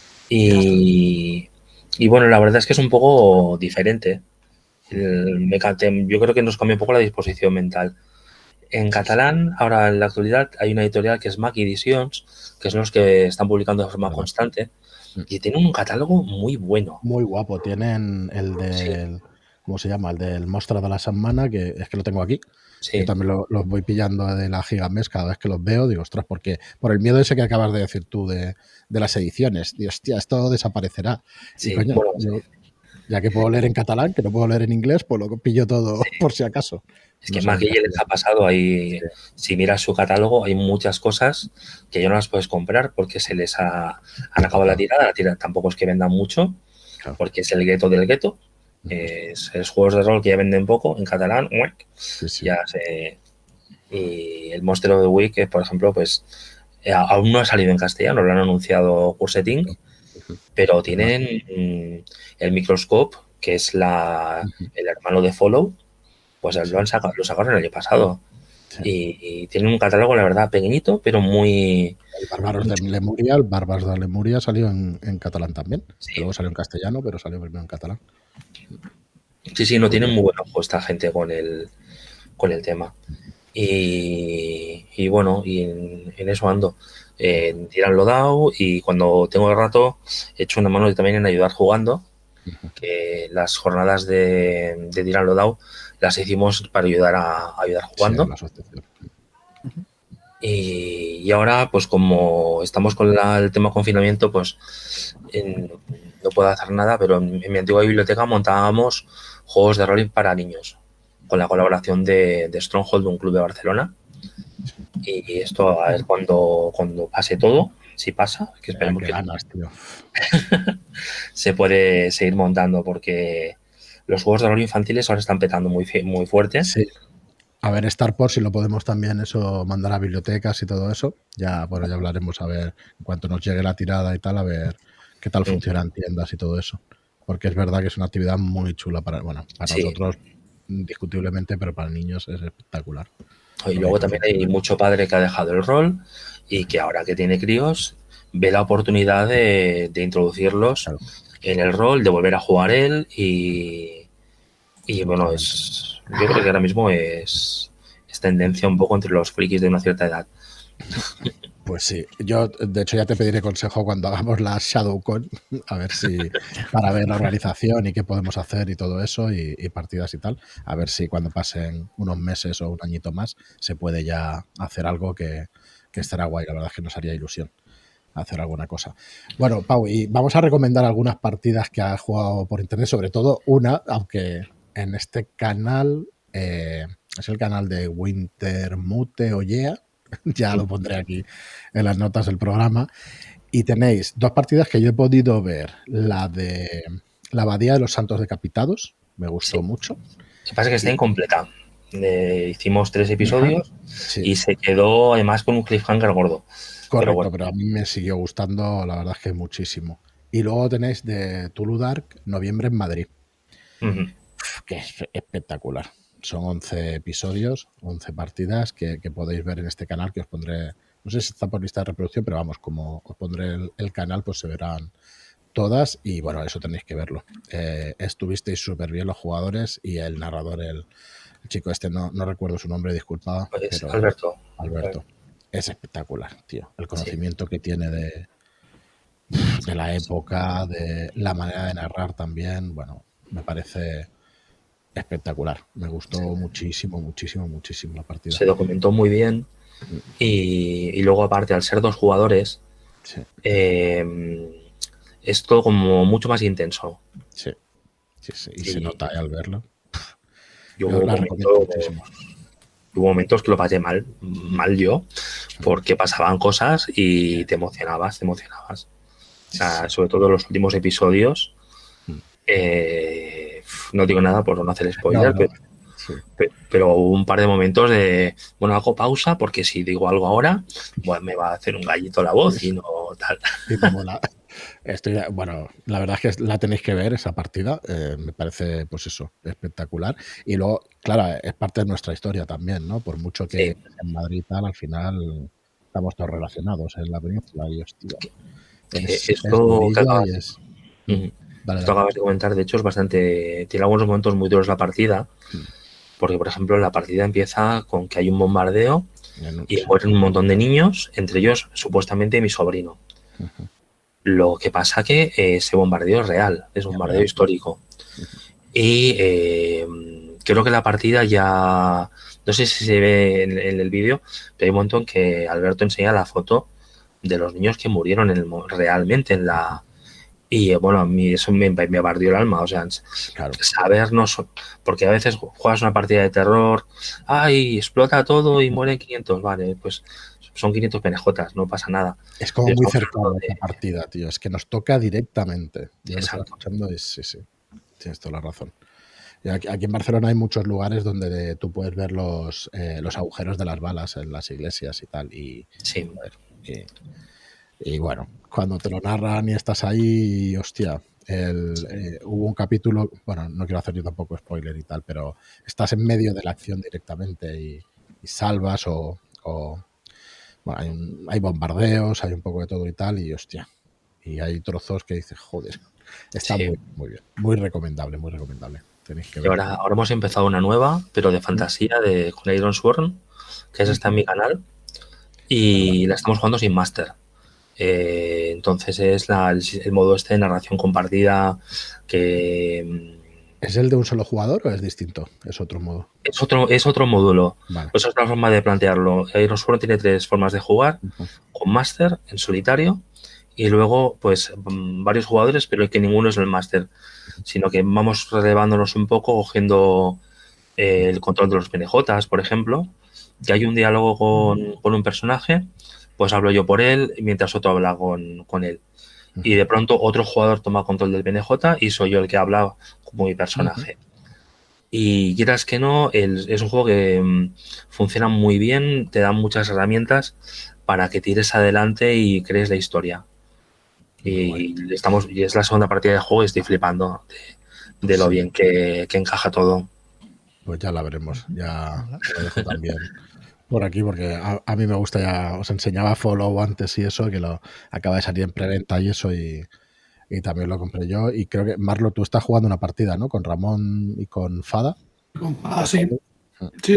Y bueno, la verdad es que es un poco diferente. Yo creo que nos cambia un poco la disposición mental. En catalán, ahora en la actualidad, hay una editorial que es Mac Editions, que son los que están publicando de forma constante, y tienen un catálogo muy bueno. Muy guapo. Tienen el del, ¿cómo se llama? El del Mostra de la Semana, que es que lo tengo aquí. Sí. Yo también los voy pillando de la Gigamés cada vez que los veo. Digo, ostras, porque por el miedo ese que acabas de decir tú de las ediciones. Digo, hostia, esto desaparecerá. Sí, y coño, bueno, ya que puedo leer en catalán, que no puedo leer en inglés, pues lo pillo todo por si acaso. es que Mac les ha pasado ahí. Si miras su catálogo, hay muchas cosas que ya no las puedes comprar porque se les han acabado la tirada. La tirada tampoco es que vendan mucho, porque es el gueto del gueto. Es juegos de rol que ya venden poco en catalán. Ya sé. Y el Monster of the Week, por ejemplo, pues aún no ha salido en castellano, lo han anunciado Curseting, pero tienen el Microscope, que es el hermano de Follow, pues lo sacaron el año pasado. Y tienen un catálogo, la verdad, pequeñito, pero muy... El Bárbaros de Lemuria, el Bárbaros de Lemuria salió en catalán también. Sí. Luego salió en castellano, pero salió primero en catalán. Sí, no tienen muy buen ojo esta gente con el tema. Y bueno, y en eso ando. En Tirarlo Dao, y cuando tengo el rato echo una mano también en ayudar jugando, que las jornadas de Tirarlo Dao las hicimos para ayudar jugando. Sí, y ahora, pues como estamos con el tema confinamiento, pues no puedo hacer nada, pero en mi antigua biblioteca montábamos juegos de rol para niños, con la colaboración de Stronghold, un club de Barcelona. Y esto, a ver cuando pase todo, si pasa, que esperemos que ganas, tío. se puede seguir montando, porque los juegos de rol infantiles ahora están petando muy fuerte. Sí. A ver, Starport, si lo podemos también mandar a bibliotecas y todo eso. Ya hablaremos a ver, en cuanto nos llegue la tirada y tal, a ver qué tal funcionan tiendas y todo eso. Porque es verdad que es una actividad muy chula para nosotros, indiscutiblemente, pero para niños es espectacular. Y luego también hay mucho padre que ha dejado el rol y que ahora que tiene críos ve la oportunidad de introducirlos en el rol, de volver a jugar él y bueno, yo creo que ahora mismo es tendencia un poco entre los frikis de una cierta edad. Pues sí, yo de hecho ya te pediré consejo cuando hagamos la ShadowCon, a ver si para ver la organización y qué podemos hacer y todo eso y partidas y tal, a ver si cuando pasen unos meses o un añito más se puede ya hacer algo que estará guay. La verdad es que nos haría ilusión hacer alguna cosa. Bueno, Pau, y vamos a recomendar algunas partidas que has jugado por internet, sobre todo una, aunque en este canal es el canal de Wintermute Ollea. Ya lo pondré aquí en las notas del programa. Y tenéis dos partidas que yo he podido ver. La de la Abadía de los Santos Decapitados, me gustó mucho. Lo que pasa es que está incompleta. Hicimos 3 episodios y se quedó además con un cliffhanger gordo. Correcto, pero a mí me siguió gustando, la verdad es que muchísimo. Y luego tenéis de Tulu Dark, Noviembre en Madrid, que es espectacular. Son 11 episodios, 11 partidas que podéis ver en este canal, que os pondré, no sé si está por lista de reproducción, pero vamos, como os pondré el canal, pues se verán todas y bueno, eso tenéis que verlo. Estuvisteis súper bien los jugadores y el narrador, el chico este, no recuerdo su nombre, disculpa. Pues pero Alberto. Es espectacular, tío. El conocimiento que tiene de la época, de la manera de narrar también, bueno, me parece espectacular. Me gustó muchísimo la partida. Se documentó muy bien y luego aparte, al ser 2 jugadores, es todo como mucho más intenso. Sí. Y se nota al verlo. Hubo momentos que lo pasé mal yo, porque pasaban cosas y te emocionabas. O sea, sobre todo en los últimos episodios. No digo nada por no hacer spoiler, pero hubo un par de momentos de, bueno, hago pausa porque si digo algo ahora, bueno, me va a hacer un gallito la voz y no tal. Y te mola. Bueno, la verdad es que la tenéis que ver, esa partida. Me parece, pues eso, espectacular. Y luego, claro, es parte de nuestra historia también, ¿no? Por mucho que en Madrid y tal, al final estamos todos relacionados en la península y hostia. Esto que acabas, Vale, esto acabas de comentar, de hecho, es bastante. Tiene algunos momentos muy duros la partida. Porque, por ejemplo, la partida empieza con que hay un bombardeo y mueren un montón de niños, entre ellos, supuestamente, mi sobrino. Lo que pasa que ese bombardeo es real, es un bombardeo histórico. Y creo que la partida ya... No sé si se ve en el vídeo, pero hay un momento en que Alberto enseña la foto de los niños que murieron realmente en la... Y bueno, a mí eso me bardió el alma, o sea, claro. Sabernos, porque a veces juegas una partida de terror, ¡ay! Explota todo y mueren 500, vale, pues son 500 penejotas, no pasa nada. Es como muy cercano esta partida, tío, es que nos toca directamente. Yo lo estaba escuchando y sí, tienes toda la razón. Y aquí en Barcelona hay muchos lugares donde tú puedes ver los agujeros de las balas en las iglesias y tal, y... Sí. Y bueno, cuando te lo narran y estás ahí, hostia, hubo un capítulo, bueno, no quiero hacer yo tampoco spoiler y tal, pero estás en medio de la acción directamente y salvas o bueno, hay bombardeos, hay un poco de todo y tal, y hostia, y hay trozos que dices, joder, está muy bien, muy recomendable, muy recomendable. Tenéis que ver. Ahora hemos empezado una nueva, pero de fantasía, con Iron Sworn, que esa está en mi canal, y la estamos jugando sin máster. Entonces es el modo de narración compartida que... ¿Es el de un solo jugador o es distinto? ¿Es otro modo? Es otro módulo. Vale. Esa es la forma de plantearlo. Iron Sworn tiene 3 formas de jugar, con máster, en solitario, y luego pues varios jugadores, pero que ninguno es el máster, sino que vamos relevándonos un poco, cogiendo el control de los PNJs, por ejemplo, que hay un diálogo con un personaje, pues hablo yo por él mientras otro habla con él. Y de pronto otro jugador toma control del PNJ y soy yo el que habla como mi personaje. Y quieras que no, es un juego que funciona muy bien, te da muchas herramientas para que tires adelante y crees la historia. Y es la segunda partida de juego y estoy flipando de lo bien que encaja todo. Pues ya la veremos, ya lo dejo también por aquí, porque a mí me gusta, ya os enseñaba Follow antes y eso, que lo acaba de salir en preventa y eso, y también lo compré yo. Y creo que, Marlo, tú estás jugando una partida, ¿no? Con Ramón y con Fada. Con Fada, sí. Sí.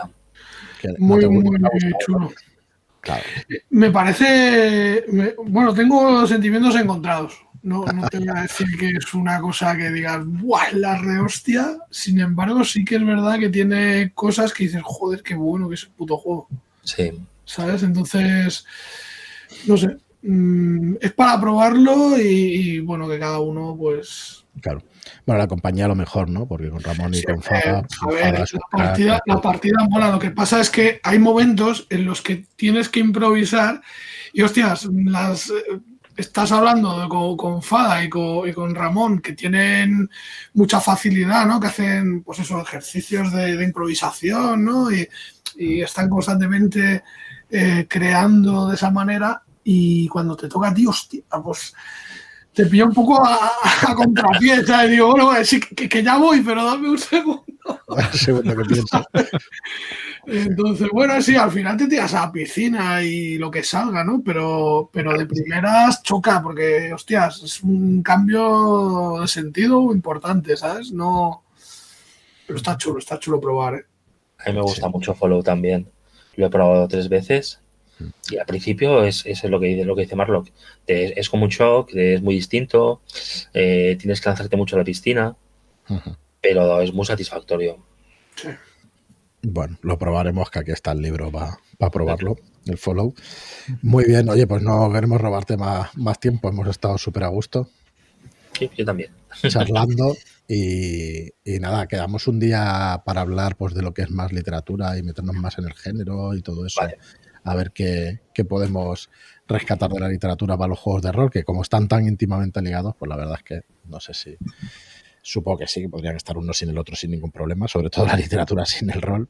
Muy chulo. Claro. Me parece... Bueno, tengo sentimientos encontrados. No te voy a decir que es una cosa que digas, ¡buah, la rehostia! Sin embargo, sí que es verdad que tiene cosas que dices, joder, qué bueno que es el puto juego. Sí. ¿Sabes? Entonces, no sé. Es para probarlo y bueno, que cada uno, pues... Claro. Bueno, la compañía a lo mejor, ¿no? Porque con Ramón y con Fada... A ver, la partida mola. Lo que pasa es que hay momentos en los que tienes que improvisar y, hostias, estás hablando con Fada y con Ramón, que tienen mucha facilidad, ¿no? Que hacen, pues esos ejercicios de improvisación, ¿no? Y están constantemente creando de esa manera. Y cuando te toca a ti, hostia, pues te pilla un poco a contrapié, ¿sabes? Digo, bueno, sí, que ya voy, pero dame un segundo. Un segundo que pienso. Entonces, bueno, sí, al final te tiras a la piscina y lo que salga, ¿no? Pero de primeras choca, porque, hostias, es un cambio de sentido importante, ¿sabes? No... Pero está chulo probar, ¿eh? A mí me gusta mucho Follow también. Lo he probado 3 veces. Y al principio es lo que dice Marlock. Es como un shock, es muy distinto, tienes que lanzarte mucho a la piscina, pero es muy satisfactorio. Sí. Bueno, lo probaremos, que aquí está el libro para probarlo, el Follow. Muy bien, oye, pues no queremos robarte más tiempo, hemos estado súper a gusto. Sí, yo también. Charlando y nada, quedamos un día para hablar pues de lo que es más literatura y meternos más en el género y todo eso. Vale. A ver qué podemos rescatar de la literatura para los juegos de rol, que como están tan íntimamente ligados, pues la verdad es que no sé si... Supongo que sí, que podrían estar uno sin el otro sin ningún problema, sobre todo la literatura sin el rol, pero vamos, que hay influencias ahí totalmente. Bueno, que muchos roleros,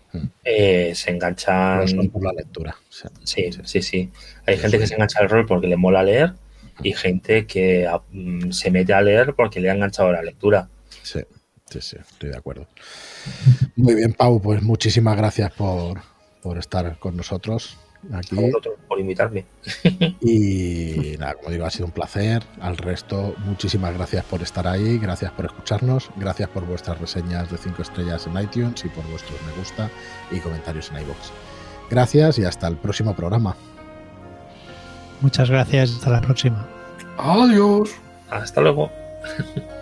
se enganchan. Pero son por la lectura. Sí. Hay gente que se engancha al rol porque le mola leer y gente que se mete a leer porque le ha enganchado la lectura. Sí, estoy de acuerdo. Muy bien, Pau, pues muchísimas gracias por estar con nosotros aquí. A vosotros por invitarme. Y nada, como digo, ha sido un placer. Al resto, muchísimas gracias por estar ahí, gracias por escucharnos, gracias por vuestras reseñas de 5 estrellas en iTunes y por vuestros me gusta y comentarios en iVoox. Gracias y hasta el próximo programa. Muchas gracias, hasta la próxima. Adiós. Hasta luego.